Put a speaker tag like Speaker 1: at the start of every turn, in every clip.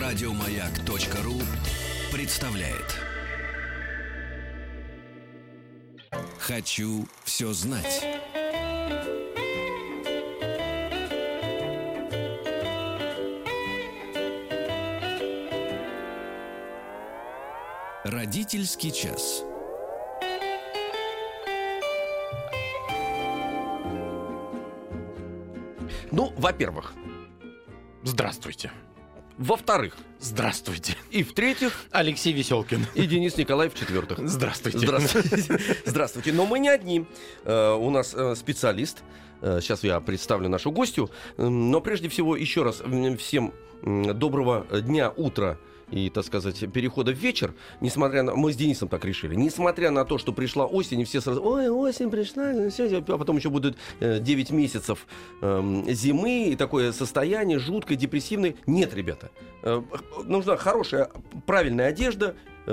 Speaker 1: Радиомаяк.ру представляет. Хочу все знать. Родительский час.
Speaker 2: Ну, во-первых,
Speaker 3: Здравствуйте.
Speaker 2: во-вторых,
Speaker 3: Здравствуйте.
Speaker 2: и в-третьих,
Speaker 3: Алексей Веселкин.
Speaker 2: и Денис Николаев в-четвертых.
Speaker 3: Здравствуйте.
Speaker 2: Здравствуйте. Здравствуйте. Но мы не одни. У нас специалист. Сейчас я представлю нашу гостью. Но прежде всего еще раз всем доброго дня, утра и, так сказать, перехода в вечер. Несмотря на... Мы с Денисом так решили. Несмотря на то, что пришла осень, и все сразу: ой, осень пришла, а потом еще будет 9 месяцев зимы, и такое состояние жуткое, депрессивное. Нет, ребята. Нужна хорошая, правильная одежда.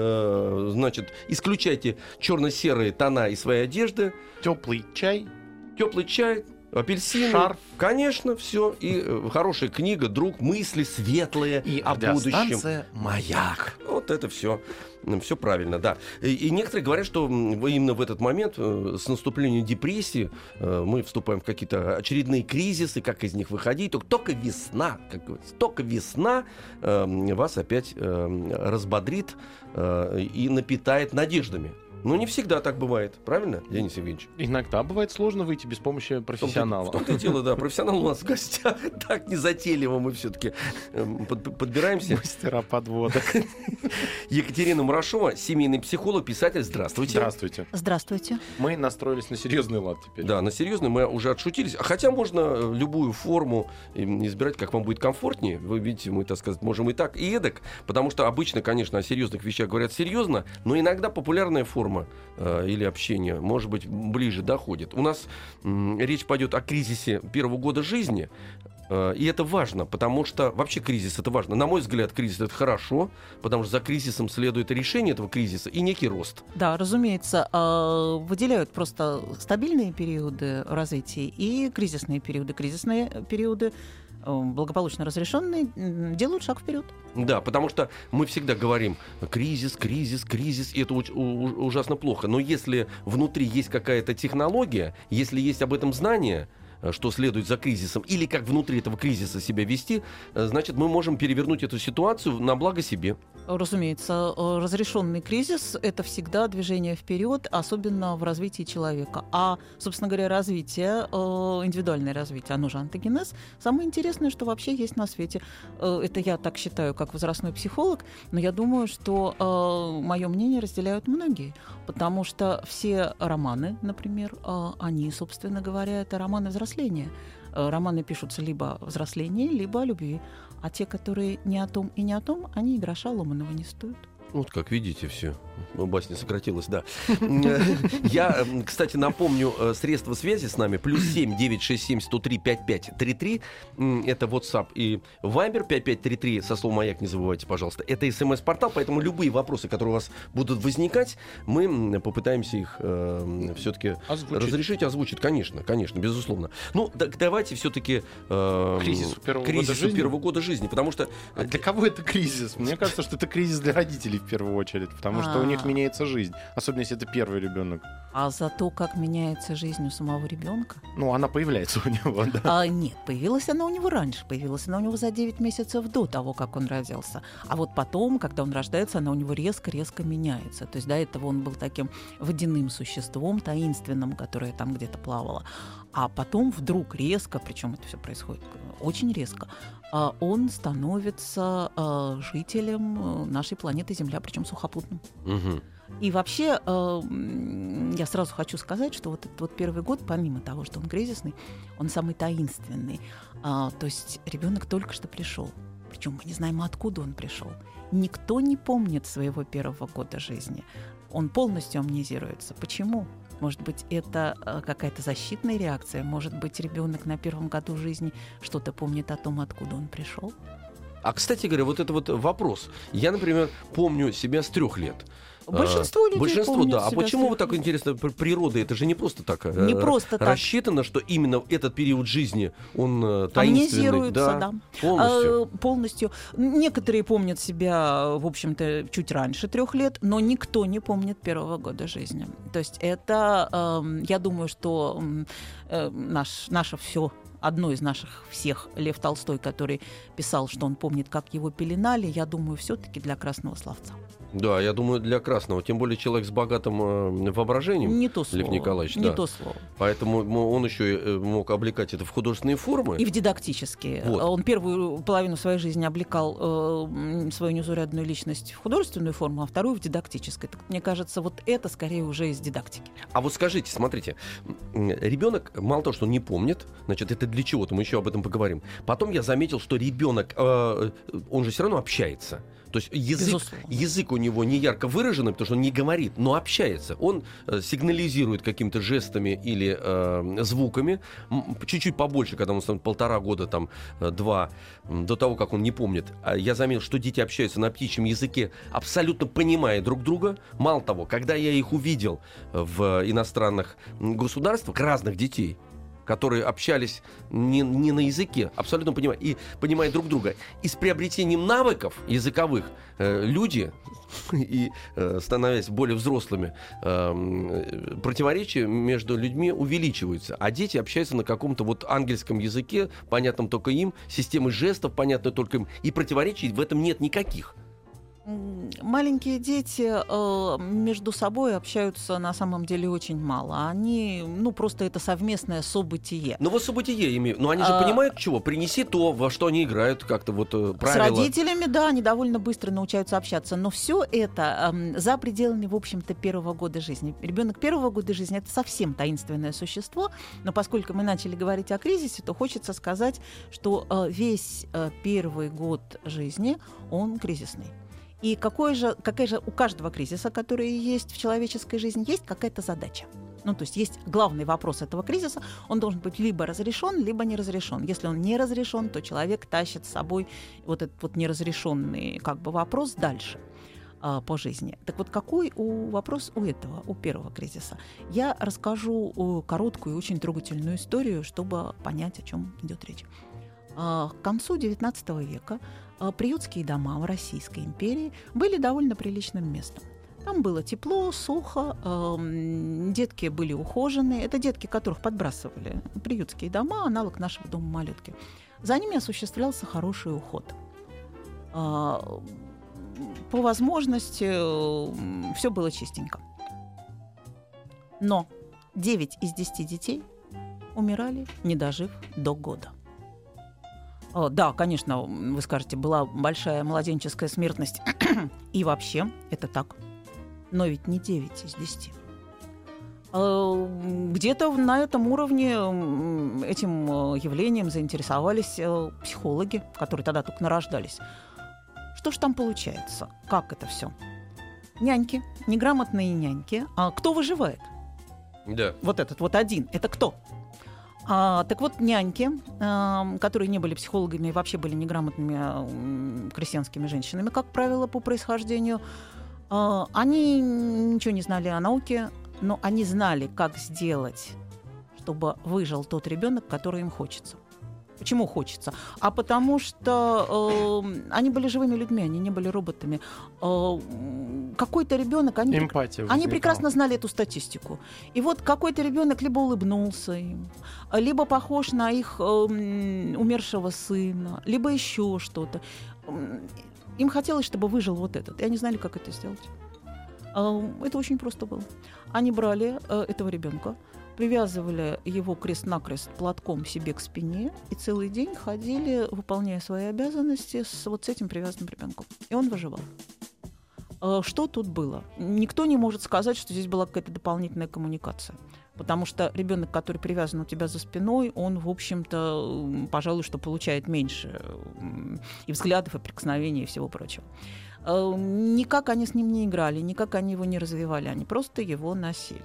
Speaker 2: Значит, исключайте черно-серые тона из своей одежды.
Speaker 3: Теплый чай.
Speaker 2: Теплый чай, апельсины.
Speaker 3: Шарф.
Speaker 2: Конечно, все. И хорошая книга, друг, мысли светлые
Speaker 3: И
Speaker 2: о будущем.
Speaker 3: радиостанция «Маяк».
Speaker 2: Вот это все. Все правильно, да. И некоторые говорят, что именно в этот момент, с наступлением депрессии, мы вступаем в какие-то очередные кризисы, как из них выходить. Только весна, как говорится, только весна вас опять разбодрит и напитает надеждами. Но не всегда так бывает, правильно, Денис Евгеньевич?
Speaker 3: Иногда бывает сложно выйти без помощи профессионала.
Speaker 2: В том-то и дело, да. Профессионал у нас в гостях. Так незатейливо мы все-таки подбираемся.
Speaker 3: Мастера подводок.
Speaker 2: Екатерина Мурашова, семейный психолог, писатель. Здравствуйте.
Speaker 3: Здравствуйте.
Speaker 4: Здравствуйте.
Speaker 3: Мы настроились на серьезный лад теперь.
Speaker 2: Да, на серьезно мы уже отшутились. Хотя можно любую форму избирать, как вам будет комфортнее. Вы видите, мы, так сказать, можем и так, и эдак. Потому что обычно, конечно, о серьезных вещах говорят серьезно, но иногда популярная форма или общение, может быть, ближе доходит. У нас речь пойдет о кризисе первого года жизни. И это важно, потому что вообще кризис — это важно. На мой взгляд, кризис — это хорошо, потому что за кризисом следует решение этого кризиса и некий рост.
Speaker 4: Да, разумеется, выделяют просто стабильные периоды развития и кризисные периоды. Кризисные периоды, благополучно разрешенные, делают шаг вперед.
Speaker 2: Да, потому что мы всегда говорим: кризис, кризис, кризис, и это ужасно плохо. Но если внутри есть какая-то технология, если есть об этом знание, что следует за кризисом, или как внутри этого кризиса себя вести, значит, мы можем перевернуть эту ситуацию на благо себе.
Speaker 4: Разумеется, разрешенный кризис — это всегда движение вперед, особенно в развитии человека. А, собственно говоря, развитие, индивидуальное развитие, оно же антогенез, самое интересное, что вообще есть на свете. Это я так считаю, как возрастной психолог, но я думаю, что мое мнение разделяют многие, потому что все романы, например, они, собственно говоря, это романы взросления. Романы пишутся либо о взрослении, либо о любви. А те, которые не о том и не о том, они и гроша ломаного не стоят.
Speaker 2: Вот как видите, все. Басня сократилась, да. Я, кстати, напомню средства связи с нами. +7 967 103 5533. Это WhatsApp и Viber 5533. Со словом «Маяк» не забывайте, пожалуйста. Это СМС-портал, поэтому любые вопросы, которые у вас будут возникать, мы попытаемся их все-таки разрешить, озвучить. Конечно, конечно, безусловно. Ну, так давайте все-таки
Speaker 3: Кризису
Speaker 2: первого года жизни. Потому что...
Speaker 3: А для кого это кризис? Мне кажется, что это кризис для родителей в первую очередь, потому что у них меняется жизнь, особенно если это первый ребенок.
Speaker 4: А за то, как меняется жизнь у самого ребенка?
Speaker 3: Ну, она появляется у него, да.
Speaker 4: Нет, появилась она у него раньше, появилась она у него за 9 месяцев до того, как он родился. А вот потом, когда он рождается, она у него резко-резко меняется. То есть до этого он был таким водяным существом, таинственным, которое там где-то плавало. А потом вдруг резко, причем это все происходит очень резко, он становится жителем нашей планеты Земля, причем сухопутным.
Speaker 2: Угу.
Speaker 4: И вообще, я сразу хочу сказать, что вот этот вот первый год, помимо того, что он кризисный, он самый таинственный. То есть ребенок только что пришел. Причем мы не знаем, откуда он пришел. Никто не помнит своего первого года жизни. Он полностью амнезируется. Почему? Может быть, это какая-то защитная реакция? Может быть, ребенок на первом году жизни что-то помнит о том, откуда он пришел?
Speaker 2: А, кстати говоря, вот это вот вопрос. Я, например, помню себя с 3 лет.
Speaker 4: Большинство людей помнят
Speaker 2: да. А
Speaker 4: себя
Speaker 2: почему
Speaker 4: с
Speaker 2: вот так интересно, природа, это же не просто так
Speaker 4: Не просто так.
Speaker 2: рассчитано, что именно этот период жизни, он таинственный.
Speaker 4: Амнезируется, да.
Speaker 2: Полностью.
Speaker 4: Полностью. Некоторые помнят себя, в общем-то, чуть раньше 3 лет, но никто не помнит 1-го года жизни. То есть это, я думаю, что наше все... Одно из наших всех, Лев Толстой, который писал, что он помнит, как его пеленали, я думаю, все-таки для красного словца.
Speaker 2: Да, я думаю, для красного. Тем более человек с богатым воображением.
Speaker 4: Не то слово.
Speaker 2: Лев Николаевич,
Speaker 4: не
Speaker 2: да.
Speaker 4: то слово.
Speaker 2: Поэтому он еще мог облекать это в художественные формы.
Speaker 4: И в дидактические.
Speaker 2: Вот.
Speaker 4: Он первую половину своей жизни облекал свою незаурядную личность в художественную форму, а вторую в дидактической. Так, мне кажется, вот это скорее уже из дидактики.
Speaker 2: А вот скажите, смотрите, ребенок, мало того, что он не помнит, значит, это для чего-то, мы еще об этом поговорим. Потом я заметил, что ребенок, он же все равно общается. То есть язык у него не ярко выраженный, потому что он не говорит, но общается. Он сигнализирует какими-то жестами или звуками. Чуть-чуть побольше, когда ему становится 1,5 года, там, 2, до того, как он не помнит. Я заметил, что дети общаются на птичьем языке, абсолютно понимая друг друга. Мало того, когда я их увидел в иностранных государствах, разных детей, которые общались не на языке, абсолютно понимая друг друга. И с приобретением навыков языковых люди, и становясь более взрослыми, противоречия между людьми увеличиваются. А дети общаются на каком-то вот ангельском языке, понятном только им, системы жестов, понятной только им, и противоречий в этом нет никаких.
Speaker 4: Маленькие дети между собой общаются на самом деле очень мало. Они, просто это совместное событие.
Speaker 2: Ну вот событие имеют. Но они же понимают, чего? Принеси то, во что они играют, как-то вот правила.
Speaker 4: С родителями, да, они довольно быстро научаются общаться. Но все это за пределами, в общем-то, 1-го года жизни. Ребенок 1-го года жизни — это совсем таинственное существо. Но поскольку мы начали говорить о кризисе, то хочется сказать, что весь 1-й год жизни, он кризисный. И какая же у каждого кризиса, который есть в человеческой жизни, есть какая-то задача. То есть есть главный вопрос этого кризиса, он должен быть либо разрешен, либо не разрешен. Если он не разрешен, то человек тащит с собой вот этот вот неразрешенный вопрос дальше по жизни. Так вот, какой вопрос у 1-го кризиса? Я расскажу короткую и очень трогательную историю, чтобы понять, о чем идет речь. К концу XIX века приютские дома в Российской империи были довольно приличным местом. Там было тепло, сухо, детки были ухоженные. Это детки, которых подбрасывали приютские дома, аналог нашего дома малютки. За ними осуществлялся хороший уход. По возможности все было чистенько. Но 9 из 10 детей умирали, не дожив до года. Да, конечно, вы скажете, была большая младенческая смертность. И вообще, это так. Но ведь не 9 из 10. Где-то на этом уровне этим явлением заинтересовались психологи, которые тогда только нарождались. Что ж там получается? Как это все? Няньки, неграмотные няньки. А кто выживает?
Speaker 2: Да.
Speaker 4: Вот этот вот один. Это кто? Так вот, няньки, которые не были психологами и вообще были неграмотными крестьянскими женщинами, как правило, по происхождению, они ничего не знали о науке, но они знали, как сделать, чтобы выжил тот ребенок, который им хочется. Почему хочется? А потому что они были живыми людьми, они не были роботами. Какой-то ребенок, они прекрасно знали эту статистику. И вот какой-то ребенок либо улыбнулся им, либо похож на их умершего сына, либо еще что-то. Им хотелось, чтобы выжил вот этот. И они знали, как это сделать. Это очень просто было. Они брали этого ребенка, привязывали его крест-накрест платком себе к спине и целый день ходили, выполняя свои обязанности с этим привязанным ребенком. И он выживал. Что тут было? Никто не может сказать, что здесь была какая-то дополнительная коммуникация. Потому что ребенок, который привязан у тебя за спиной, он, в общем-то, пожалуй, что получает меньше и взглядов, и прикосновений, и всего прочего. Никак они с ним не играли, никак они его не развивали, они просто его носили.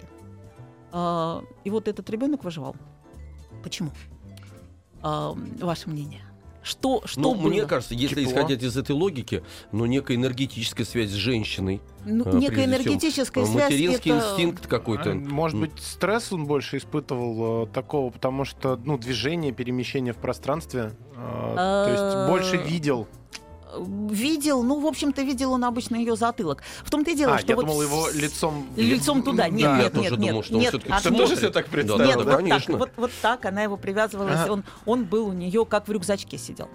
Speaker 4: И вот этот ребенок выживал. Почему? Ваше мнение? Что
Speaker 2: Ну,
Speaker 4: было?
Speaker 2: мне кажется, если
Speaker 3: Тепло.
Speaker 2: исходить из этой логики, некая энергетическая связь с женщиной.
Speaker 4: Некая
Speaker 2: прежде
Speaker 4: энергетическая
Speaker 2: всего,
Speaker 4: связь.
Speaker 2: материнский
Speaker 4: это...
Speaker 2: инстинкт какой-то.
Speaker 3: Может быть, стресс он больше испытывал такого, потому что движение, перемещение в пространстве, то есть больше видел.
Speaker 4: Видел, в общем-то, видел он обычно ее затылок. В том-то и дело, что
Speaker 3: я
Speaker 4: вот
Speaker 3: думал, его лицом
Speaker 4: туда.
Speaker 3: Да,
Speaker 4: Нет,
Speaker 2: я
Speaker 4: нет,
Speaker 2: тоже
Speaker 4: нет,
Speaker 2: думал,
Speaker 4: нет,
Speaker 2: что он
Speaker 4: нет,
Speaker 2: всё-таки
Speaker 4: от-
Speaker 3: Ты тоже себе так
Speaker 2: Да,
Speaker 3: представил?
Speaker 4: Нет,
Speaker 2: да,
Speaker 4: вот
Speaker 2: конечно.
Speaker 4: так, вот так она его привязывалась,
Speaker 3: Ага.
Speaker 4: он был у нее как в рюкзачке сидел.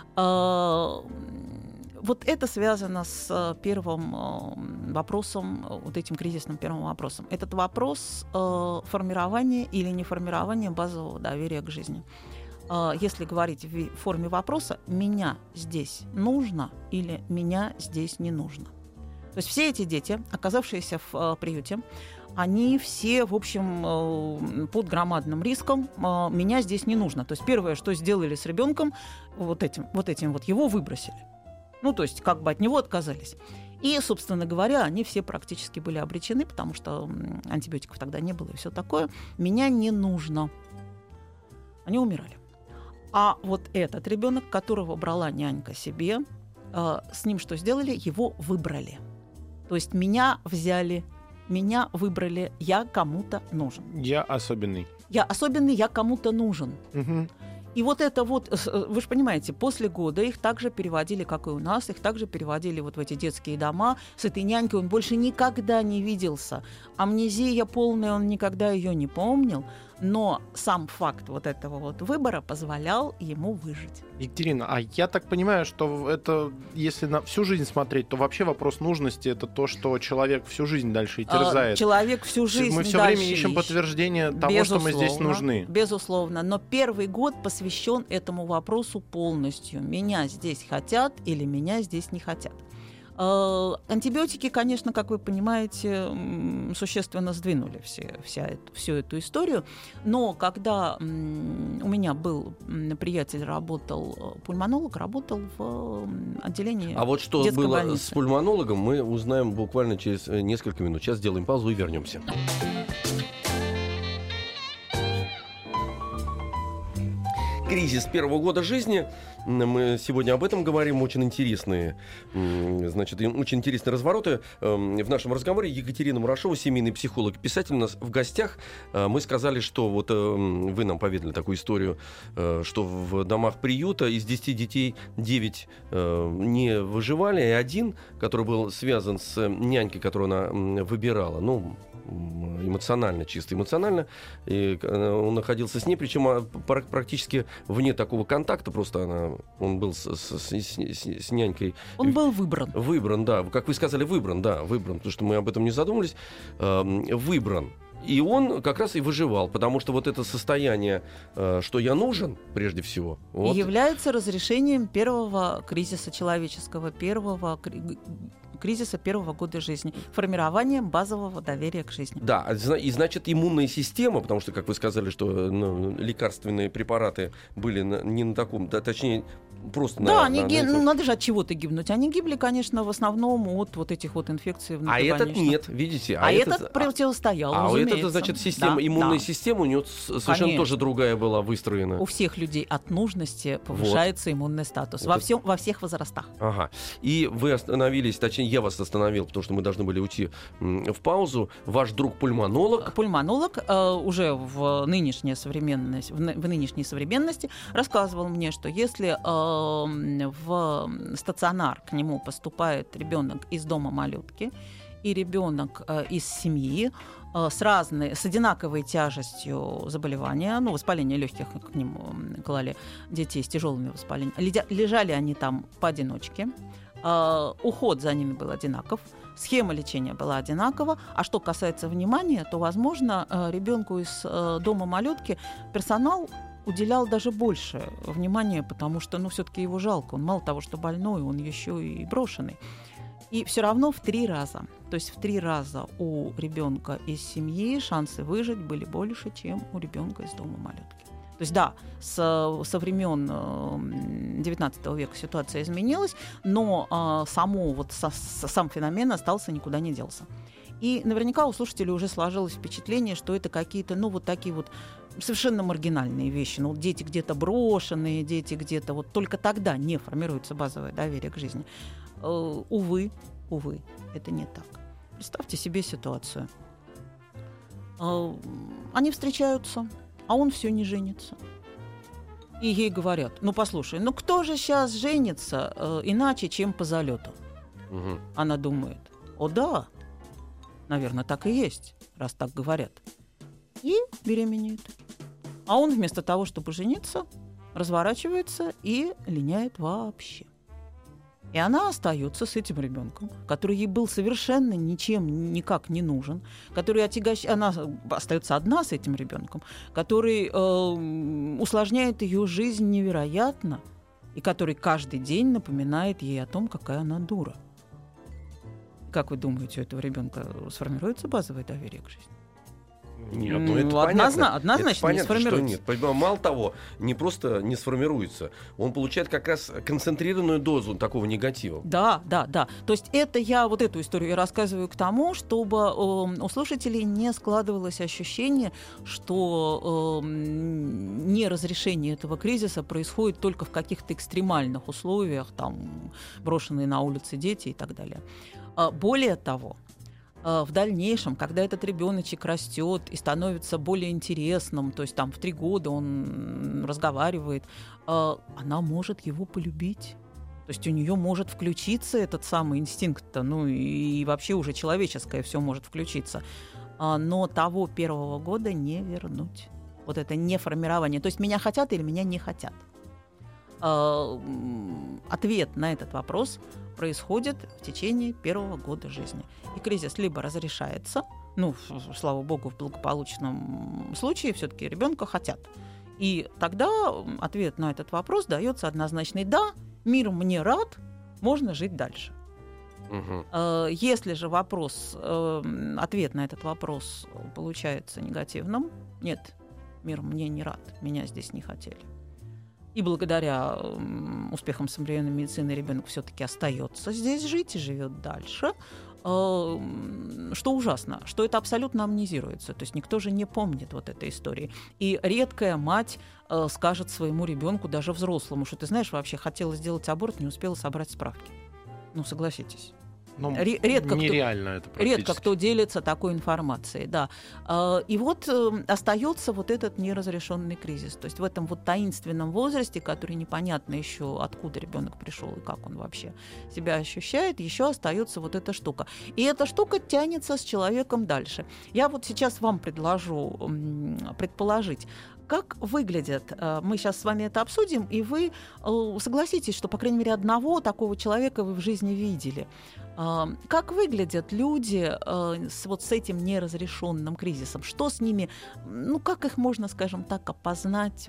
Speaker 4: Вот это связано с первым вопросом, вот этим кризисным первым вопросом. Этот вопрос формирования или неформирования базового доверия к жизни. Если говорить в форме вопроса, меня здесь нужно или меня здесь не нужно. То есть все эти дети, оказавшиеся в приюте, они все, в общем, под громадным риском. Меня здесь не нужно. То есть первое, что сделали с ребенком, вот этим его выбросили. То есть как бы от него отказались. И, собственно говоря, они все практически были обречены, потому что антибиотиков тогда не было и все такое. Меня не нужно. Они умирали. А вот этот ребенок, которого брала нянька себе, с ним что сделали? Его выбрали. То есть меня взяли, меня выбрали, я кому-то нужен.
Speaker 3: Я особенный.
Speaker 4: Я особенный, я кому-то нужен.
Speaker 3: Мгм.
Speaker 4: И вот это вот, вы же понимаете, после года их также переводили, как и у нас, их также переводили вот в эти детские дома. С этой нянькой он больше никогда не виделся. Амнезия полная, он никогда ее не помнил. Но сам факт вот этого вот выбора позволял ему выжить.
Speaker 3: Екатерина, а я так понимаю, что это, если на всю жизнь смотреть, то вообще вопрос нужности — это то, что человек всю жизнь дальше и терзает.
Speaker 4: Человек всю жизнь
Speaker 3: Мы все
Speaker 4: дальше
Speaker 3: время ищем
Speaker 4: ищет.
Speaker 3: подтверждение того, что мы здесь нужны.
Speaker 4: Безусловно. Но первый год посвящен этому вопросу полностью. Меня здесь хотят или меня здесь не хотят. Антибиотики, конечно, как вы понимаете, существенно сдвинули всю эту историю. Но когда у меня был приятель, пульмонолог, работал в отделении
Speaker 2: А вот что
Speaker 4: детской
Speaker 2: было
Speaker 4: больницы.
Speaker 2: с пульмонологом, мы узнаем буквально через несколько минут. Сейчас сделаем паузу и вернемся. Кризис первого года жизни. Мы сегодня об этом говорим. Очень интересные развороты. В нашем разговоре Екатерина Мурашова, семейный психолог, писатель, у нас в гостях. Мы сказали, что вот вы нам поведали такую историю, что в домах приюта из 10 детей 9 не выживали, и один, который был связан с нянькой, которую она выбирала, чисто эмоционально, и он находился с ней, причем практически вне такого контакта, просто он был с нянькой.
Speaker 4: Он был выбран.
Speaker 2: Выбран, да, как вы сказали, выбран, потому что мы об этом не задумывались. Выбран. И он как раз и выживал, потому что вот это состояние, что я нужен, прежде всего,
Speaker 4: является разрешением первого кризиса человеческого, кризиса первого года жизни, формированием базового доверия к жизни.
Speaker 2: Да, и значит иммунная система, потому что, как вы сказали, что лекарственные препараты были не на таком, точнее, просто
Speaker 4: надо же от чего-то гибнуть. Они гибли, конечно, в основном от вот этих вот инфекций внутрибольничных.
Speaker 2: А этот нет, видите.
Speaker 4: Этот противостоял,
Speaker 2: разумеется. Это, значит, иммунная система у него совершенно тоже другая была выстроена.
Speaker 4: У всех людей от нужности повышается иммунный статус. Во всех возрастах.
Speaker 2: Ага. И вы остановились, точнее, я вас остановил, потому что мы должны были уйти в паузу. Ваш друг-пульмонолог.
Speaker 4: Пульмонолог уже в нынешней современности рассказывал мне, что если в стационар к нему поступает ребенок из дома малютки и ребенок из семьи с одинаковой тяжестью заболевания, воспаление легких, к ним клали детей с тяжелыми воспалениями, лежали они там поодиночке, уход за ними был одинаков, схема лечения была одинакова. А что касается внимания, то, возможно, ребенку из дома малютки персонал уделял даже больше внимания, потому что, все-таки его жалко. Он мало того, что больной, он еще и брошенный. И все равно в 3 раза. То есть в 3 раза у ребенка из семьи шансы выжить были больше, чем у ребенка из дома малютки. То есть, да, со времен XIX века ситуация изменилась, но сам феномен остался, никуда не делся. И наверняка у слушателей уже сложилось впечатление, что это какие-то, такие вот совершенно маргинальные вещи. Ну, дети где-то брошенные, дети где-то... Вот только тогда не формируется базовое доверие к жизни. Увы, это не так. Представьте себе ситуацию. Они встречаются, а он все не женится. И ей говорят: ну, послушай, ну кто же сейчас женится иначе, чем по залету?
Speaker 2: Угу.
Speaker 4: Она думает: о да, наверное, так и есть, раз так говорят. И беременеет. А он вместо того, чтобы жениться, разворачивается и линяет вообще. И она остается с этим ребенком, который ей был совершенно ничем никак не нужен, который она остается одна с этим ребенком, который усложняет ее жизнь невероятно, и который каждый день напоминает ей о том, какая она дура. Как вы думаете, у этого ребенка сформируется базовое доверие к жизни?
Speaker 2: Нет, ну это понятно.
Speaker 4: Однозначно
Speaker 2: это понятно,
Speaker 4: не сформируется.
Speaker 2: что нет. Мало того, не просто не сформируется, он получает как раз концентрированную дозу такого негатива.
Speaker 4: Да. То есть это я вот эту историю я рассказываю к тому, чтобы у слушателей не складывалось ощущение, что неразрешение этого кризиса происходит только в каких-то экстремальных условиях, там брошенные на улице дети и так далее. Более того, в дальнейшем, когда этот ребеночек растет и становится более интересным, то есть там в 3 года он разговаривает, она может его полюбить. То есть у нее может включиться этот самый инстинкт, ну и вообще уже человеческое все может включиться. Но того 1-го года не вернуть. Вот это не формирование. То есть меня хотят или меня не хотят. Ответ на этот вопрос происходит в течение 1-го года жизни. И кризис либо разрешается, ну, слава богу, в благополучном случае все-таки ребенка хотят. И тогда ответ на этот вопрос дается однозначный: да, мир мне рад, можно жить дальше.
Speaker 2: Угу.
Speaker 4: Если же ответ на этот вопрос получается негативным: нет, мир мне не рад, меня здесь не хотели. И благодаря успехам современной медицины ребенок все-таки остается здесь жить и живет дальше. Что ужасно, что это абсолютно амнезируется. То есть никто же не помнит вот этой истории. И редкая мать скажет своему ребенку, даже взрослому, что ты знаешь, вообще хотела сделать аборт, не успела собрать справки. Ну, согласитесь.
Speaker 3: Ну, нереально это практически.
Speaker 4: Редко кто делится такой информацией, да. И вот остается вот этот неразрешенный кризис. То есть в этом вот таинственном возрасте, который непонятно еще откуда ребенок пришел и как он вообще себя ощущает, еще остается вот эта штука. И эта штука тянется с человеком дальше. Я вот сейчас вам предложу предположить, как выглядят, мы сейчас с вами это обсудим, и вы согласитесь, что, по крайней мере, одного такого человека вы в жизни видели. Как выглядят люди с этим неразрешенным кризисом? Что с ними, ну, как их можно, скажем так, опознать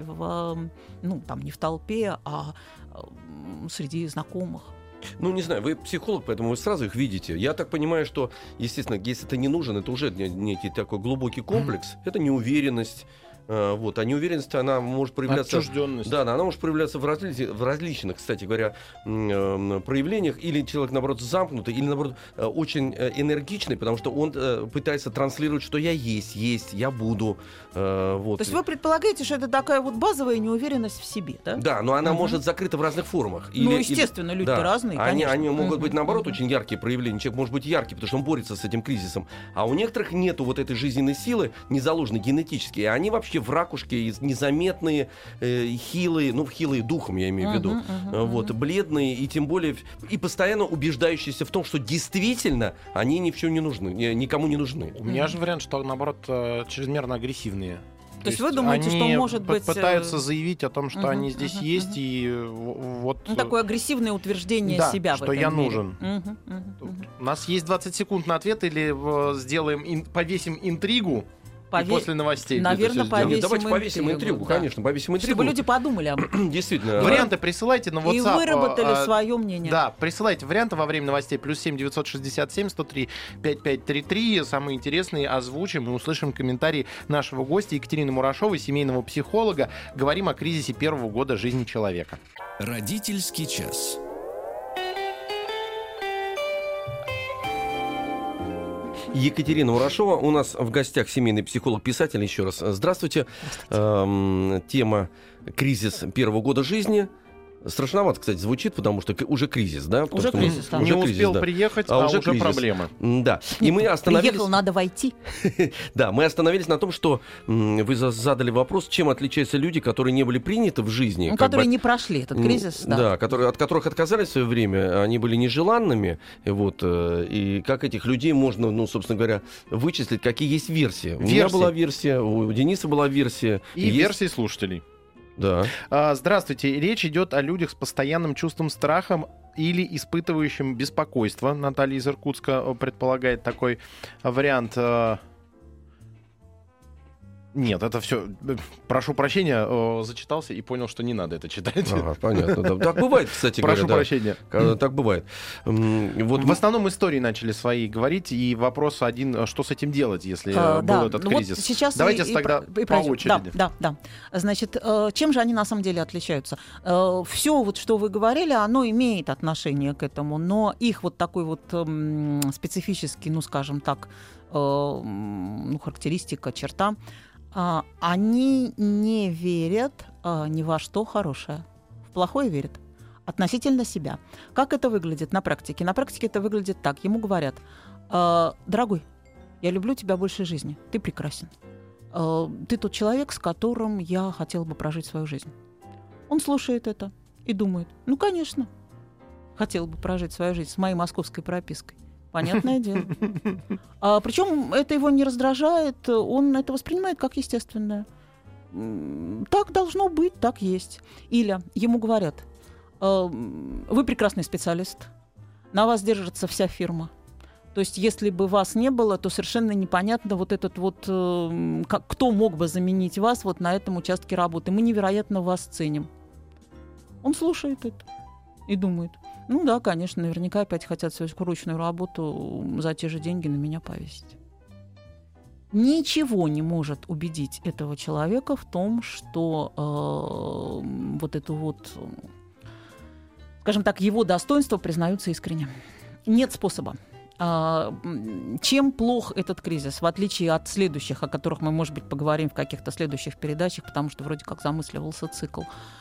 Speaker 4: не в толпе, а среди знакомых?
Speaker 2: Ну, не знаю, вы психолог, поэтому вы сразу их видите. Я так понимаю, что, естественно, если это не нужен, это уже некий такой глубокий комплекс, это неуверенность. Вот. А неуверенность, она может проявляться...
Speaker 3: Отчужденность.
Speaker 2: Да, она может проявляться в различных, кстати говоря, проявлениях. Или человек, наоборот, замкнутый, или, наоборот, очень энергичный, потому что он пытается транслировать, что я есть, я буду. Вот.
Speaker 4: То есть вы предполагаете, что это такая вот базовая неуверенность в себе, да?
Speaker 2: Да, но она может закрыта в разных формах.
Speaker 4: Естественно, люди-то разные, конечно.
Speaker 2: Они могут быть, наоборот, очень яркие проявления. Человек может быть яркий, потому что он борется с этим кризисом. А у некоторых нету вот этой жизненной силы, не заложенной генетически. И они вообще в ракушке, незаметные, хилые, хилые духом, я имею в виду, бледные, и тем более, и постоянно убеждающиеся в том, что действительно они ни в чем не нужны, никому не нужны.
Speaker 3: У меня же вариант, что, наоборот, чрезмерно агрессивные.
Speaker 4: То есть вы думаете, что может быть...
Speaker 3: пытаются заявить о том, что они здесь есть, и вот...
Speaker 4: такое агрессивное утверждение себя в этом
Speaker 3: что я
Speaker 4: мире.
Speaker 3: нужен. У нас есть 20 секунд на ответ, или повесим интригу, и после новостей.
Speaker 4: Наверное, повесим
Speaker 2: давайте повесим интригу, конечно, повесим интригу.
Speaker 4: Чтобы люди подумали об этом.
Speaker 2: Действительно.
Speaker 3: Варианты присылайте на WhatsApp.
Speaker 4: И выработали свое мнение.
Speaker 3: Да, присылайте варианты во время новостей. +7 967 103 5533. Самые интересные озвучим и услышим комментарии нашего гостя Екатерины Мурашовой, семейного психолога. Говорим о кризисе 1-го года жизни человека.
Speaker 1: Родительский час.
Speaker 2: Екатерина Мурашова. У нас в гостях семейный психолог-писатель. Еще раз здравствуйте. Тема «Кризис первого года жизни». Страшновато, кстати, звучит, потому что уже кризис, да?
Speaker 4: Уже кризис, да.
Speaker 3: Не успел приехать, а уже
Speaker 2: кризис.
Speaker 3: Проблемы.
Speaker 2: Да. И мы остановились...
Speaker 4: Приехал, надо войти.
Speaker 2: Да, мы остановились на том, что вы задали вопрос, чем отличаются люди, которые не были приняты в жизни.
Speaker 4: Которые не прошли этот кризис, да.
Speaker 2: Да, от которых отказались в свое время, они были нежеланными. Вот, и как этих людей можно, ну, собственно говоря, вычислить, какие есть версии. У меня была версия, у Дениса была версия.
Speaker 3: И версии слушателей.
Speaker 2: Да.
Speaker 3: Здравствуйте. Речь идет о людях с постоянным чувством страха или испытывающим беспокойство. Наталья из Иркутска предполагает такой вариант. Нет, это все. Прошу прощения, зачитался и понял, что не надо это читать.
Speaker 2: Ага, понятно. Да. Так бывает, кстати говоря.
Speaker 3: Прошу прощения.
Speaker 2: Так бывает. Вот
Speaker 3: в основном истории начали свои говорить, и вопрос один, что с этим делать, если был этот кризис.
Speaker 4: Вот сейчас
Speaker 3: давайте тогда по очереди.
Speaker 4: Да. Значит, чем же они на самом деле отличаются? Все, вот, что вы говорили, оно имеет отношение к этому, но их вот такой вот специфический, ну, скажем так, характеристика, черта, они не верят ни во что хорошее. В плохое верят. Относительно себя. Как это выглядит на практике? На практике это выглядит так. Ему говорят: дорогой, я люблю тебя больше жизни. Ты прекрасен. Ты тот человек, с которым я хотел бы прожить свою жизнь. Он слушает это и думает: ну, конечно, хотел бы прожить свою жизнь с моей московской пропиской. Понятное дело. Причем это его не раздражает, он это воспринимает как естественное. Так должно быть, так есть. Или ему говорят: вы прекрасный специалист, на вас держится вся фирма. То есть если бы вас не было, то совершенно непонятно вот этот вот, кто мог бы заменить вас вот на этом участке работы. Мы невероятно вас ценим. Он слушает это и думает: ну да, конечно, наверняка опять хотят свою скучную работу за те же деньги на меня повесить. Ничего не может убедить этого человека в том, что вот это вот, скажем так, его достоинства признаются искренне. Нет способа. Чем плох этот кризис, в отличие от следующих, о которых мы, может быть, поговорим в каких-то следующих передачах, потому что вроде как замысливался цикл.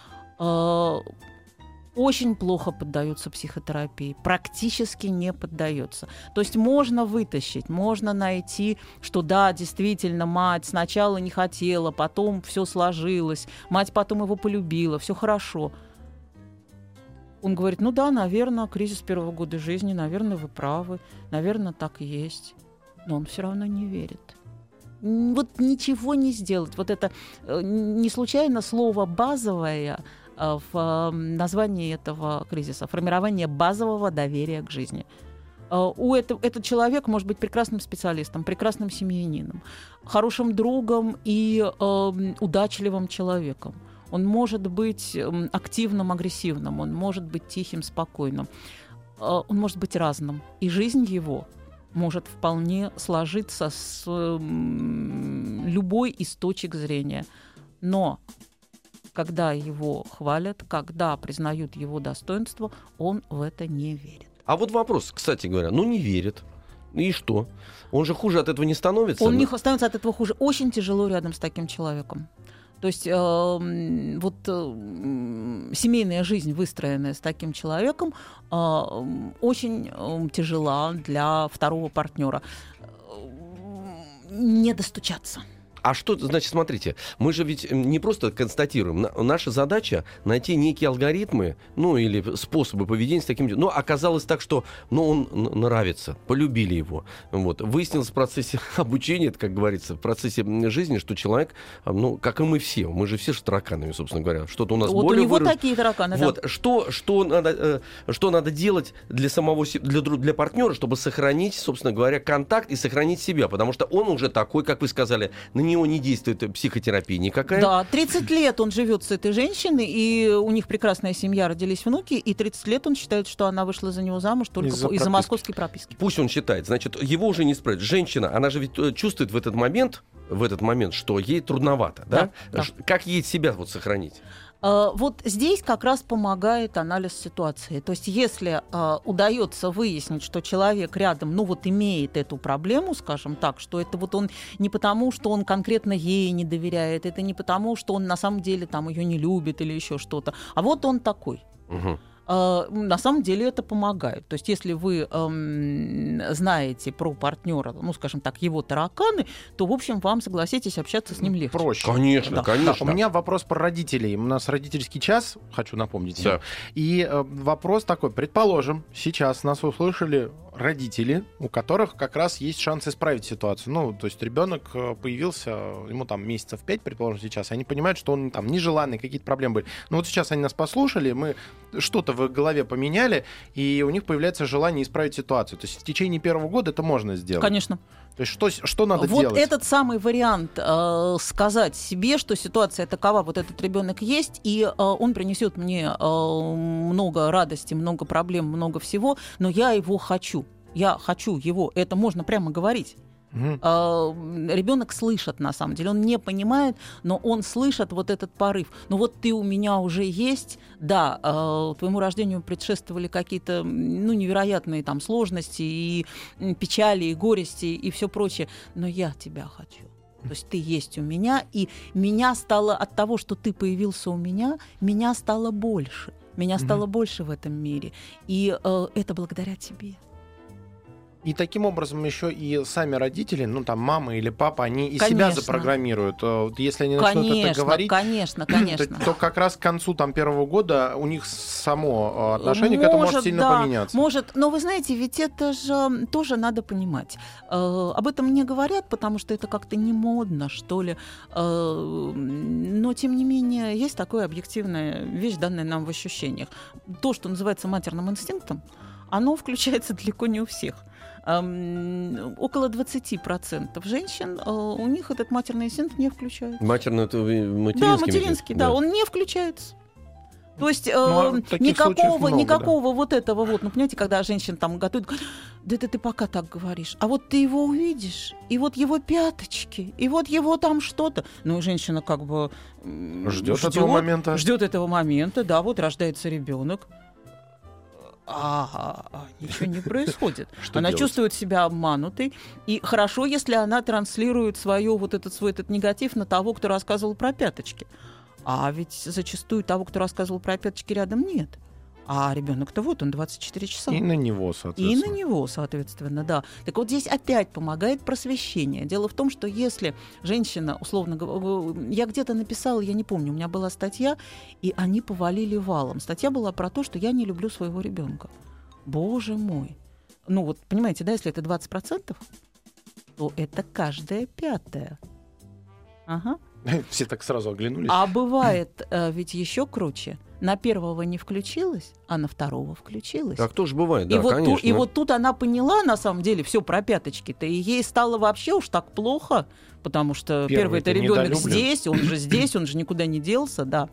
Speaker 4: Очень плохо поддаются психотерапии, практически не поддаются. То есть можно вытащить, можно найти, что да, действительно, мать сначала не хотела, потом все сложилось, мать потом его полюбила, все хорошо. Он говорит: ну да, наверное, кризис первого года жизни, наверное, вы правы, наверное, так и есть. Но он все равно не верит. Вот ничего не сделать. Вот это не случайно слово «базовое» в названии этого кризиса. Формирование базового доверия к жизни. Этот человек может быть прекрасным специалистом, прекрасным семьянином, хорошим другом и удачливым человеком. Он может быть активным, агрессивным, он может быть тихим, спокойным. Он может быть разным. И жизнь его может вполне сложиться с любой из точек зрения. Но когда его хвалят, когда признают его достоинство, он в это не верит.
Speaker 2: А вот вопрос, кстати говоря, не верит. И что? Он же хуже от этого не становится?
Speaker 4: Он не становится от этого хуже. Очень тяжело рядом с таким человеком. То есть семейная жизнь, выстроенная с таким человеком, очень тяжела для второго партнера. Не достучаться.
Speaker 2: А что, значит, смотрите, мы же ведь не просто констатируем. Наша задача найти некие алгоритмы, или способы поведения с таким... Но оказалось так, что он нравится, полюбили его. Вот. Выяснилось в процессе обучения, как говорится, в процессе жизни, что человек, как и мы все, мы же все тараканами, собственно говоря. Что-то у нас более...
Speaker 4: Вот у него такие тараканы,
Speaker 2: вот. Да. Что надо делать для партнера, чтобы сохранить, собственно говоря, контакт и сохранить себя? Потому что он уже такой, как вы сказали, на него не действует психотерапия никакая.
Speaker 4: Да, 30 лет он живет с этой женщиной, и у них прекрасная семья, родились внуки, и 30 лет он считает, что она вышла за него замуж только из-за московской прописки.
Speaker 2: Пусть он считает. Значит, его уже не справить. Женщина, она же ведь чувствует в этот момент, что ей трудновато. Да?
Speaker 4: Да.
Speaker 2: Как ей себя сохранить?
Speaker 4: Вот здесь как раз помогает анализ ситуации. То есть если удается выяснить, что человек рядом, имеет эту проблему, скажем так, что это вот он не потому, что он конкретно ей не доверяет, это не потому, что он на самом деле там ее не любит или еще что-то, а вот он такой.
Speaker 2: Угу.
Speaker 4: На самом деле это помогает. То есть если вы знаете про партнера, скажем так, его тараканы, то, в общем, вам, согласитесь, общаться с ним легче.
Speaker 3: Проще.
Speaker 2: Конечно,
Speaker 3: Да.
Speaker 2: конечно.
Speaker 3: Да, у меня вопрос про родителей. У нас родительский час, хочу напомнить.
Speaker 2: Да.
Speaker 3: И вопрос такой. Предположим, сейчас нас услышали родители, у которых как раз есть шанс исправить ситуацию. То есть ребенок появился, ему там месяцев 5, предположим, сейчас, и они понимают, что он там нежеланный, какие-то проблемы были. Вот сейчас они нас послушали, мы что-то в голове поменяли, и у них появляется желание исправить ситуацию. То есть в течение первого года это можно сделать.
Speaker 4: Конечно.
Speaker 3: То есть что надо
Speaker 4: вот
Speaker 3: делать?
Speaker 4: Вот этот самый вариант сказать себе, что ситуация такова, вот этот ребенок есть, и он принесет мне много радости, много проблем, много всего, но я его хочу. Я хочу его. Это можно прямо говорить. Ребенок слышит, на самом деле. Он не понимает, но он слышит вот этот порыв. Вот ты у меня уже есть. Да, твоему рождению предшествовали какие-то невероятные там сложности и печали, и горести, и все прочее. Но я тебя хочу. То есть ты есть у меня, и меня стало от того, что ты появился у меня стало больше. Меня стало больше в этом мире. И это благодаря тебе.
Speaker 3: И таким образом еще и сами родители, мама или папа, они и
Speaker 4: конечно.
Speaker 3: себя запрограммируют. Если они начнут это говорить,
Speaker 4: конечно.
Speaker 3: То как раз к концу первого года у них само отношение к этому может сильно поменяться.
Speaker 4: Может, но вы знаете, ведь это же тоже надо понимать. Об этом не говорят, потому что это как-то не модно, что ли. Но, тем не менее, есть такая объективная вещь, данная нам в ощущениях. То, что называется матерным инстинктом, оно включается далеко не у всех. Около 20% женщин, у них этот матерный инстинкт не включается.
Speaker 2: Матерный, это материнский?
Speaker 4: Да, материнский, да, он не включается. То есть никакого вот этого понимаете, когда женщина там готовит, да это ты пока так говоришь, а вот ты его увидишь, и вот его пяточки, и вот его там что-то. Женщина как бы
Speaker 3: ждет этого момента.
Speaker 4: Ждет этого момента, да, вот рождается ребенок. Ничего не происходит. Она чувствует себя обманутой. И хорошо, если она транслирует свой этот негатив на того, кто рассказывал про пяточки. А ведь зачастую того, кто рассказывал про пяточки, рядом нет. А ребенок-то он 24 часа.
Speaker 3: И на него,
Speaker 4: соответственно. Да. Так вот здесь опять помогает просвещение. Дело в том, что если женщина, условно говоря, я где-то написала, я не помню, у меня была статья, и они повалили валом. Статья была про то, что я не люблю своего ребенка. Боже мой. Понимаете, да, если это 20%, то это каждая пятая. Ага.
Speaker 3: Все так сразу оглянулись.
Speaker 4: А бывает ведь еще круче. На первого не включилась, а на второго включилась.
Speaker 2: Так тоже бывает, да, конечно.
Speaker 4: И вот тут она поняла, на самом деле, все про пяточки-то, и ей стало вообще уж так плохо, потому что первый-то ребенок здесь, он же никуда не делся, да.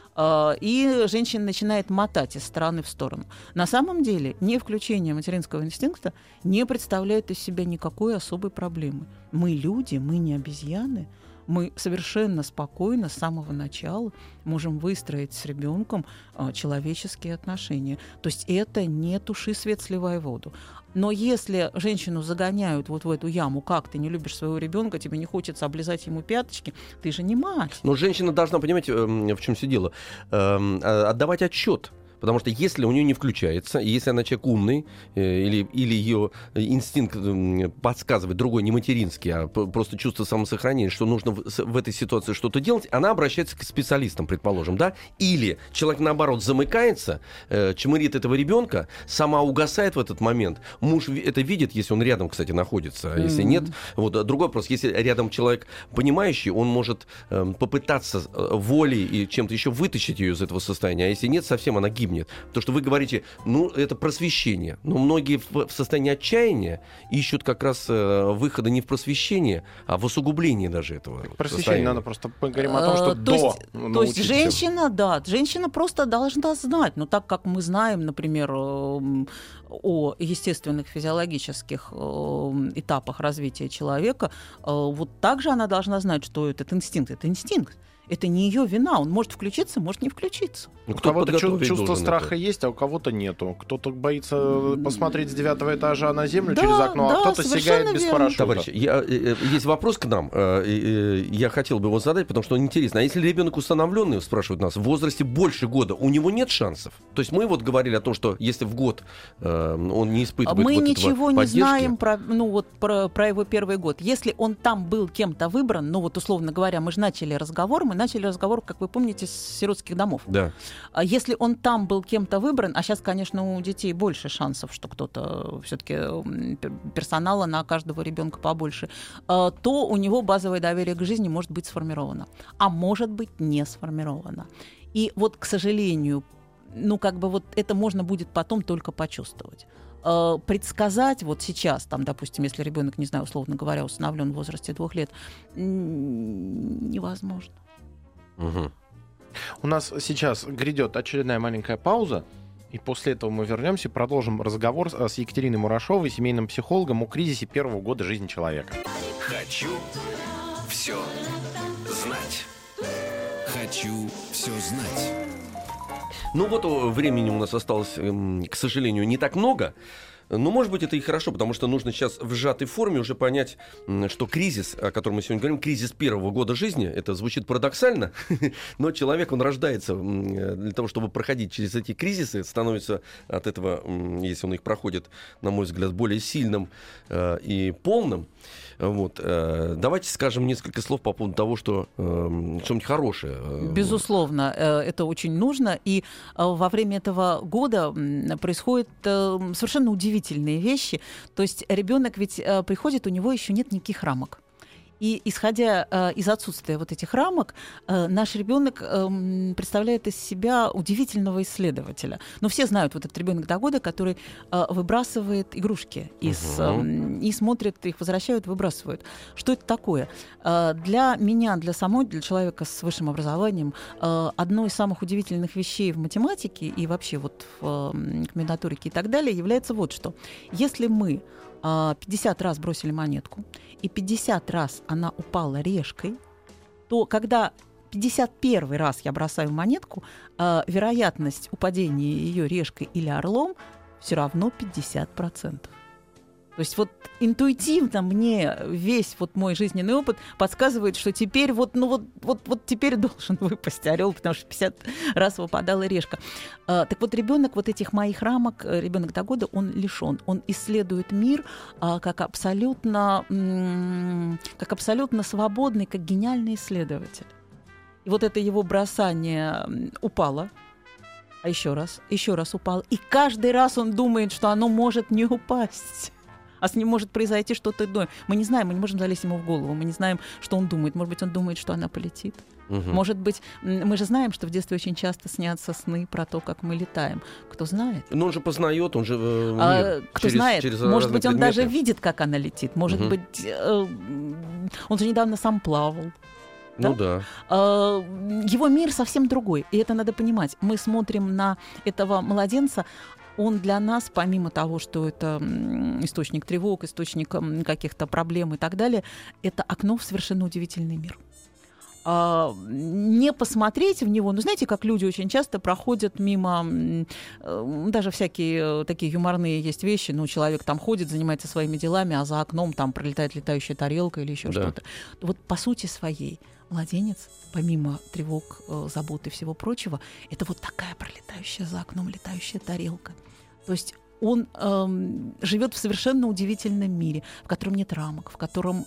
Speaker 4: И женщина начинает мотать из стороны в сторону. На самом деле, не включение материнского инстинкта не представляет из себя никакой особой проблемы. Мы люди, мы не обезьяны. Мы совершенно спокойно с самого начала можем выстроить с ребенком человеческие отношения. То есть это не туши свет, сливай воду. Но если женщину загоняют в эту яму, как ты не любишь своего ребенка, тебе не хочется облизать ему пяточки, ты же не мать.
Speaker 2: Но женщина должна понимать, в чем все дело, отдавать отчет. Потому что если у нее не включается, и если она человек умный, или ее инстинкт подсказывает другой, не материнский, а просто чувство самосохранения, что нужно в этой ситуации что-то делать, она обращается к специалистам, предположим, да? Или человек, наоборот, замыкается, чмырит этого ребенка, сама угасает в этот момент. Муж это видит, если он рядом, кстати, находится. А если нет, другой вопрос. Если рядом человек понимающий, он может попытаться волей и чем-то еще вытащить ее из этого состояния. А если нет, совсем она гибнет. То, что вы говорите, это просвещение. Но многие в состоянии отчаяния ищут как раз выхода не в просвещение, а в усугубление даже этого
Speaker 3: просвещение надо просто поговорим о том, что
Speaker 4: то есть женщина просто должна знать. Но так как мы знаем, например, о естественных физиологических этапах развития человека, вот так же она должна знать, что этот инстинкт — это инстинкт. Это не ее вина. Он может включиться, может не включиться.
Speaker 3: У кого-то чувство страха есть, а у кого-то нету. Кто-то боится посмотреть с 9-го этажа на землю через окно, а кто-то сигает без парашюта.
Speaker 2: Товарищи, есть вопрос к нам. Я хотел бы его задать, потому что он интересный. А если ребенок установленный, спрашивают нас, в возрасте больше года, у него нет шансов? То есть мы вот говорили о том, что если в год он не испытывает
Speaker 4: мы
Speaker 2: вот
Speaker 4: ничего
Speaker 2: этого
Speaker 4: не знаем про его первый год. Если он там был кем-то выбран, условно говоря, мы начали разговор, как вы помните, с сиротских домов.
Speaker 2: Да.
Speaker 4: Если он там был кем-то выбран, а сейчас, конечно, у детей больше шансов, что кто-то все-таки персонала на каждого ребенка побольше, то у него базовое доверие к жизни может быть сформировано, а может быть не сформировано. И вот, к сожалению, это можно будет потом только почувствовать. Предсказать вот сейчас, допустим, если ребенок, не знаю, условно говоря, усыновлен в возрасте 2 лет, невозможно.
Speaker 2: Угу.
Speaker 3: У нас сейчас грядет очередная маленькая пауза, и после этого мы вернемся и продолжим разговор с Екатериной Мурашовой, семейным психологом, о кризисе первого года жизни человека.
Speaker 1: Хочу все знать. Хочу все знать.
Speaker 2: Времени у нас осталось, к сожалению, не так много. Но, может быть, это и хорошо, потому что нужно сейчас в сжатой форме уже понять, что кризис, о котором мы сегодня говорим, кризис первого года жизни, это звучит парадоксально, но человек, он рождается для того, чтобы проходить через эти кризисы, становится от этого, если он их проходит, на мой взгляд, более сильным и полным. Давайте скажем несколько слов по поводу того, что что-нибудь хорошее.
Speaker 4: Безусловно, это очень нужно. И во время этого года происходят совершенно удивительные вещи. То есть ребенок ведь приходит, у него еще нет никаких рамок. И исходя из отсутствия вот этих рамок, наш ребенок представляет из себя удивительного исследователя. Но все знают вот этот ребенок до года, который выбрасывает игрушки и смотрит, их возвращают, выбрасывают. Что это такое? Для меня, для человека с высшим образованием, одной из самых удивительных вещей в математике и вообще вот в комбинаторике и так далее является вот что. Если мы 50 раз бросили монетку, и 50 раз она упала решкой, то когда 51 раз я бросаю монетку, вероятность упадения ее решкой или орлом все равно 50%. То есть вот интуитивно мне весь вот мой жизненный опыт подсказывает, что теперь теперь должен выпасть орел, потому что 50 раз выпадала решка. Так вот, ребенок вот этих моих рамок, ребенок до года, он лишен. Он исследует мир как абсолютно свободный, как гениальный исследователь. И вот это его бросание упало, а еще раз упало. И каждый раз он думает, что оно может не упасть. А с ним может произойти что-то иное. Мы не знаем, мы не можем залезть ему в голову, мы не знаем, что он думает. Может быть, он думает, что она полетит. Может быть, мы же знаем, что в детстве очень часто снятся сны про то, как мы летаем. Кто знает?
Speaker 2: Но он же познает, он же
Speaker 4: кто знает? Может быть, он даже видит, как она летит. Может быть, он же недавно сам плавал. Да? Его мир совсем другой, и это надо понимать. Мы смотрим на этого младенца. Он для нас, помимо того, что это источник тревог, источник каких-то проблем и так далее, это окно в совершенно удивительный мир. Не посмотреть в него, знаете, как люди очень часто проходят мимо, даже всякие такие юморные есть вещи, человек там ходит, занимается своими делами, а за окном там пролетает летающая тарелка или еще что-то. Вот по сути своей младенец, помимо тревог, забот и всего прочего, это вот такая пролетающая за окном летающая тарелка. То есть он живет в совершенно удивительном мире, в котором нет рамок, в котором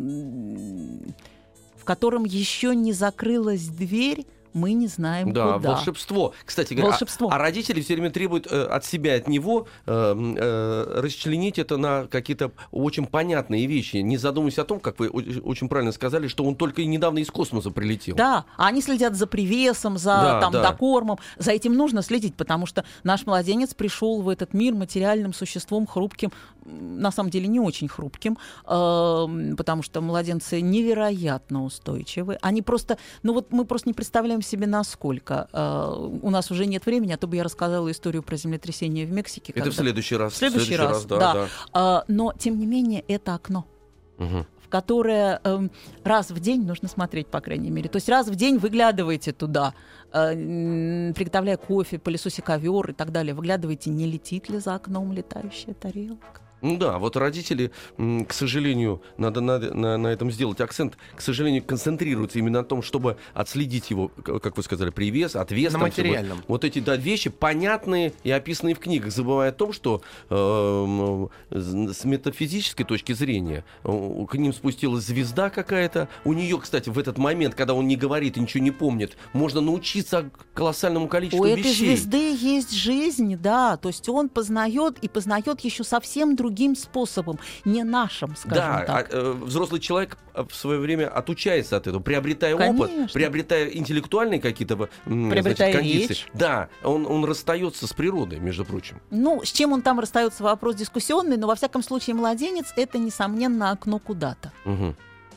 Speaker 4: еще не закрылась дверь, мы не знаем куда.
Speaker 2: Да, волшебство. Кстати говоря, а родители все время требуют от себя, от него расчленить это на какие-то очень понятные вещи, не задумываясь о том, как вы очень правильно сказали, что он только недавно из космоса прилетел.
Speaker 4: Да, а они следят за привесом, за докормом. За этим нужно следить, потому что наш младенец пришел в этот мир материальным существом, хрупким, на самом деле не очень хрупким, потому что младенцы невероятно устойчивы. Они просто, мы просто не представляем себе, насколько. У нас уже нет времени, а то бы я рассказала историю про землетрясение в Мексике.
Speaker 2: Это в следующий раз.
Speaker 4: В следующий раз, да. Но, тем не менее, это окно, в которая раз в день нужно смотреть, по крайней мере. То есть раз в день выглядываете туда, приготовляя кофе, пылесося ковер и так далее. Выглядываете, не летит ли за окном летающая тарелка.
Speaker 2: Ну да, вот родители, к сожалению, надо на этом сделать акцент, к сожалению, концентрируются именно на том, чтобы отследить его, как вы сказали, привес, отвес.
Speaker 3: На
Speaker 2: там,
Speaker 3: материальном.
Speaker 2: Чтобы, вот эти вещи, понятные и описанные в книгах, забывая о том, что с метафизической точки зрения к ним спустилась звезда какая-то. У нее, кстати, в этот момент, когда он не говорит и ничего не помнит, можно научиться колоссальному количеству вещей.
Speaker 4: У этой звезды есть жизнь, да, то есть он познает еще совсем другим способом, не нашим, скажем так.
Speaker 2: Да, взрослый человек в свое время отучается от этого, приобретая
Speaker 4: Конечно.
Speaker 2: опыт, приобретая интеллектуальные какие-то
Speaker 4: Приобретая
Speaker 2: кондиции.
Speaker 4: речь.
Speaker 2: Да, он расстается с природой, между прочим.
Speaker 4: Ну, с чем он там расстается, вопрос дискуссионный, но во всяком случае младенец — это, несомненно, окно куда-то.
Speaker 2: Угу.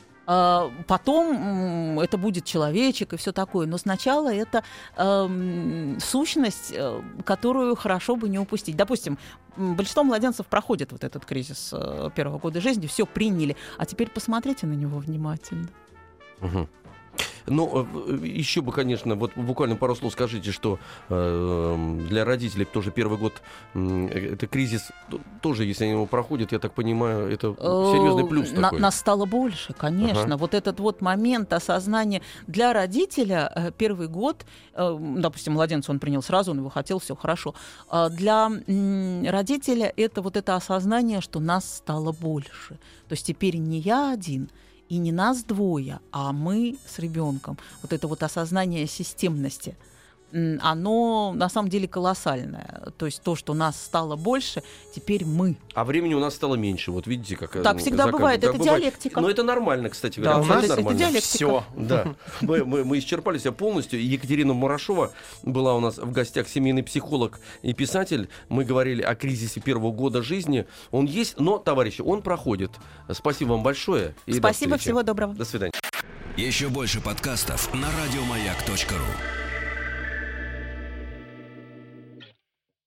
Speaker 4: Потом это будет человечек и все такое, но сначала это сущность, которую хорошо бы не упустить. Допустим, большинство младенцев проходит вот этот кризис первого года жизни, все приняли, а теперь посмотрите на него внимательно.
Speaker 2: Угу. Ну, еще бы, конечно, вот буквально пару слов скажите, что для родителей тоже первый год это кризис, тоже, если они его проходят, я так понимаю, это серьезный плюс такой.
Speaker 4: Нас стало больше, конечно.
Speaker 2: Ага.
Speaker 4: Вот этот вот момент осознания для родителя первый год, допустим, младенца он принял сразу, он его хотел, все хорошо. Для родителя это вот это осознание, что нас стало больше. То есть теперь не я один, и не нас двое, а мы с ребенком. Вот это вот осознание системности, оно на самом деле колоссальное. То есть то, что нас стало больше, теперь мы.
Speaker 2: А времени у нас стало меньше. Вот видите, как...
Speaker 4: Так всегда бывает. Это диалектика.
Speaker 2: Но это нормально, кстати говоря.
Speaker 3: Да, у нас
Speaker 4: это диалектика.
Speaker 3: все.
Speaker 2: Да, мы исчерпали себя полностью. Екатерина Мурашова была у нас в гостях, семейный психолог и писатель. Мы говорили о кризисе первого года жизни. Он есть, но, товарищи, он проходит. Спасибо вам большое. И
Speaker 4: спасибо, всего доброго.
Speaker 2: До свидания.
Speaker 1: Еще больше подкастов на радиомаяк.ру.